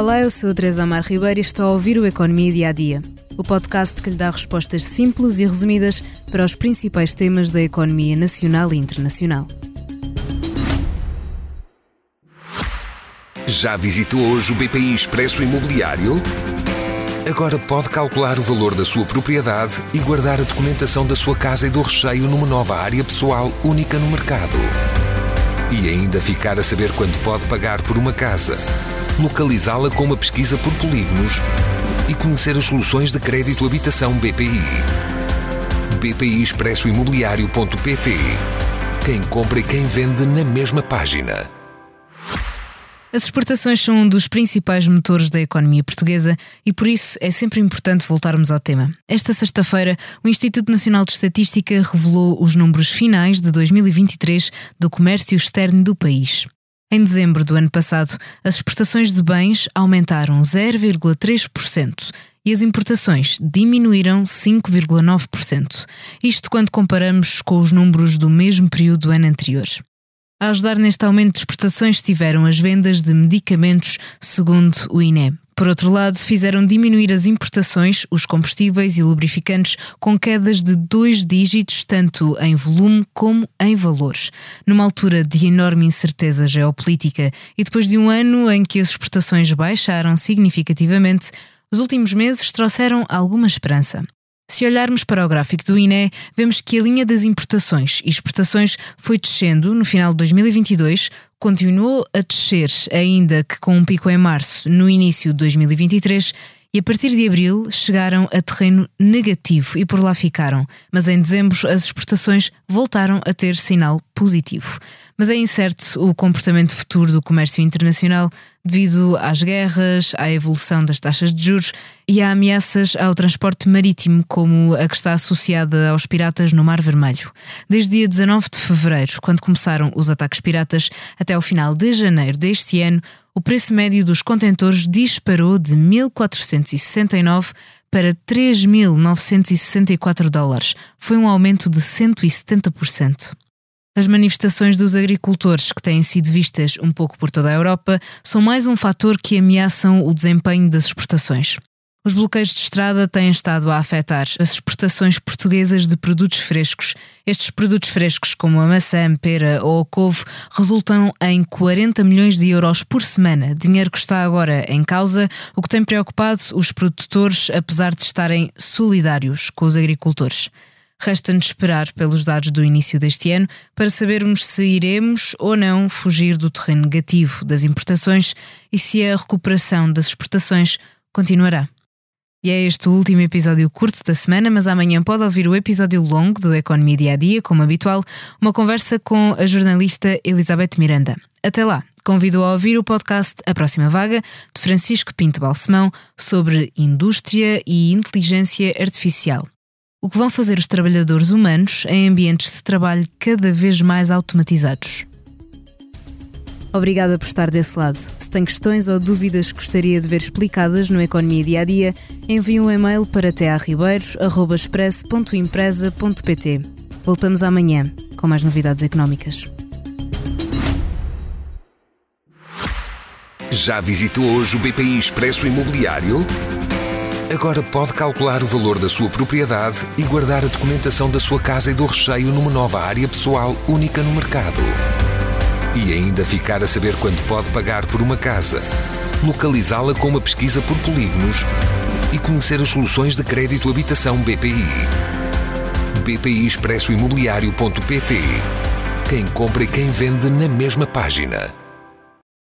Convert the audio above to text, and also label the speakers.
Speaker 1: Olá, eu sou a Teresa Amar Ribeiro e estou a ouvir o Economia Dia a Dia, o podcast que lhe dá respostas simples e resumidas para os principais temas da economia nacional e internacional.
Speaker 2: Já visitou hoje o BPI Expresso Imobiliário? Agora pode calcular o valor da sua propriedade e guardar a documentação da sua casa e do recheio numa nova área pessoal única no mercado. E ainda ficar a saber quanto pode pagar por uma casa, localizá-la com uma pesquisa por polígonos e conhecer as soluções de crédito habitação BPI. BPI Expresso Imobiliário.pt. Quem compra e quem vende na mesma página.
Speaker 1: As exportações são um dos principais motores da economia portuguesa e por isso é sempre importante voltarmos ao tema. Esta sexta-feira, o Instituto Nacional de Estatística revelou os números finais de 2023 do comércio externo do país. Em dezembro do ano passado, as exportações de bens aumentaram 0,3% e as importações diminuíram 5,9%. Isto quando comparamos com os números do mesmo período do ano anterior. A ajudar neste aumento de exportações estiveram as vendas de medicamentos, segundo o INE. Por outro lado, fizeram diminuir as importações, os combustíveis e lubrificantes, com quedas de 2 dígitos, tanto em volume como em valores. Numa altura de enorme incerteza geopolítica e depois de um ano em que as exportações baixaram significativamente, os últimos meses trouxeram alguma esperança. Se olharmos para o gráfico do INE, vemos que a linha das importações e exportações foi descendo no final de 2022, continuou a descer, ainda que com um pico em março, no início de 2023, e a partir de abril chegaram a terreno negativo e por lá ficaram. Mas em dezembro as exportações voltaram a ter sinal positivo. Mas é incerto o comportamento futuro do comércio internacional devido às guerras, à evolução das taxas de juros e a ameaças ao transporte marítimo, como a que está associada aos piratas no Mar Vermelho. Desde dia 19 de fevereiro, quando começaram os ataques piratas, até ao final de janeiro deste ano, o preço médio dos contentores disparou de 1.469 para 3.964 dólares. Foi um aumento de 170%. As manifestações dos agricultores, que têm sido vistas um pouco por toda a Europa, são mais um fator que ameaçam o desempenho das exportações. Os bloqueios de estrada têm estado a afetar as exportações portuguesas de produtos frescos. Estes produtos frescos, como a maçã, pera ou a couve, resultam em 40 milhões de euros por semana, dinheiro que está agora em causa, o que tem preocupado os produtores, apesar de estarem solidários com os agricultores. Resta-nos esperar pelos dados do início deste ano para sabermos se iremos ou não fugir do terreno negativo das importações e se a recuperação das exportações continuará. E é este o último episódio curto da semana, mas amanhã pode ouvir o episódio longo do Economia Dia a Dia, como habitual, uma conversa com a jornalista Elizabeth Miranda. Até lá, convido a ouvir o podcast A Próxima Vaga, de Francisco Pinto Balsemão, sobre indústria e inteligência artificial. O que vão fazer os trabalhadores humanos em ambientes de trabalho cada vez mais automatizados. Obrigada por estar desse lado. Se tem questões ou dúvidas que gostaria de ver explicadas no Economia Dia a Dia, envie um e-mail para tearribeiros@express.empresa.pt. Voltamos amanhã com mais novidades económicas.
Speaker 2: Já visitou hoje o BPI Expresso Imobiliário? Agora pode calcular o valor da sua propriedade e guardar a documentação da sua casa e do recheio numa nova área pessoal única no mercado. E ainda ficar a saber quanto pode pagar por uma casa, localizá-la com uma pesquisa por polígonos e conhecer as soluções de crédito habitação BPI. BPI Expresso Imobiliário.pt. Quem compra e quem vende na mesma página.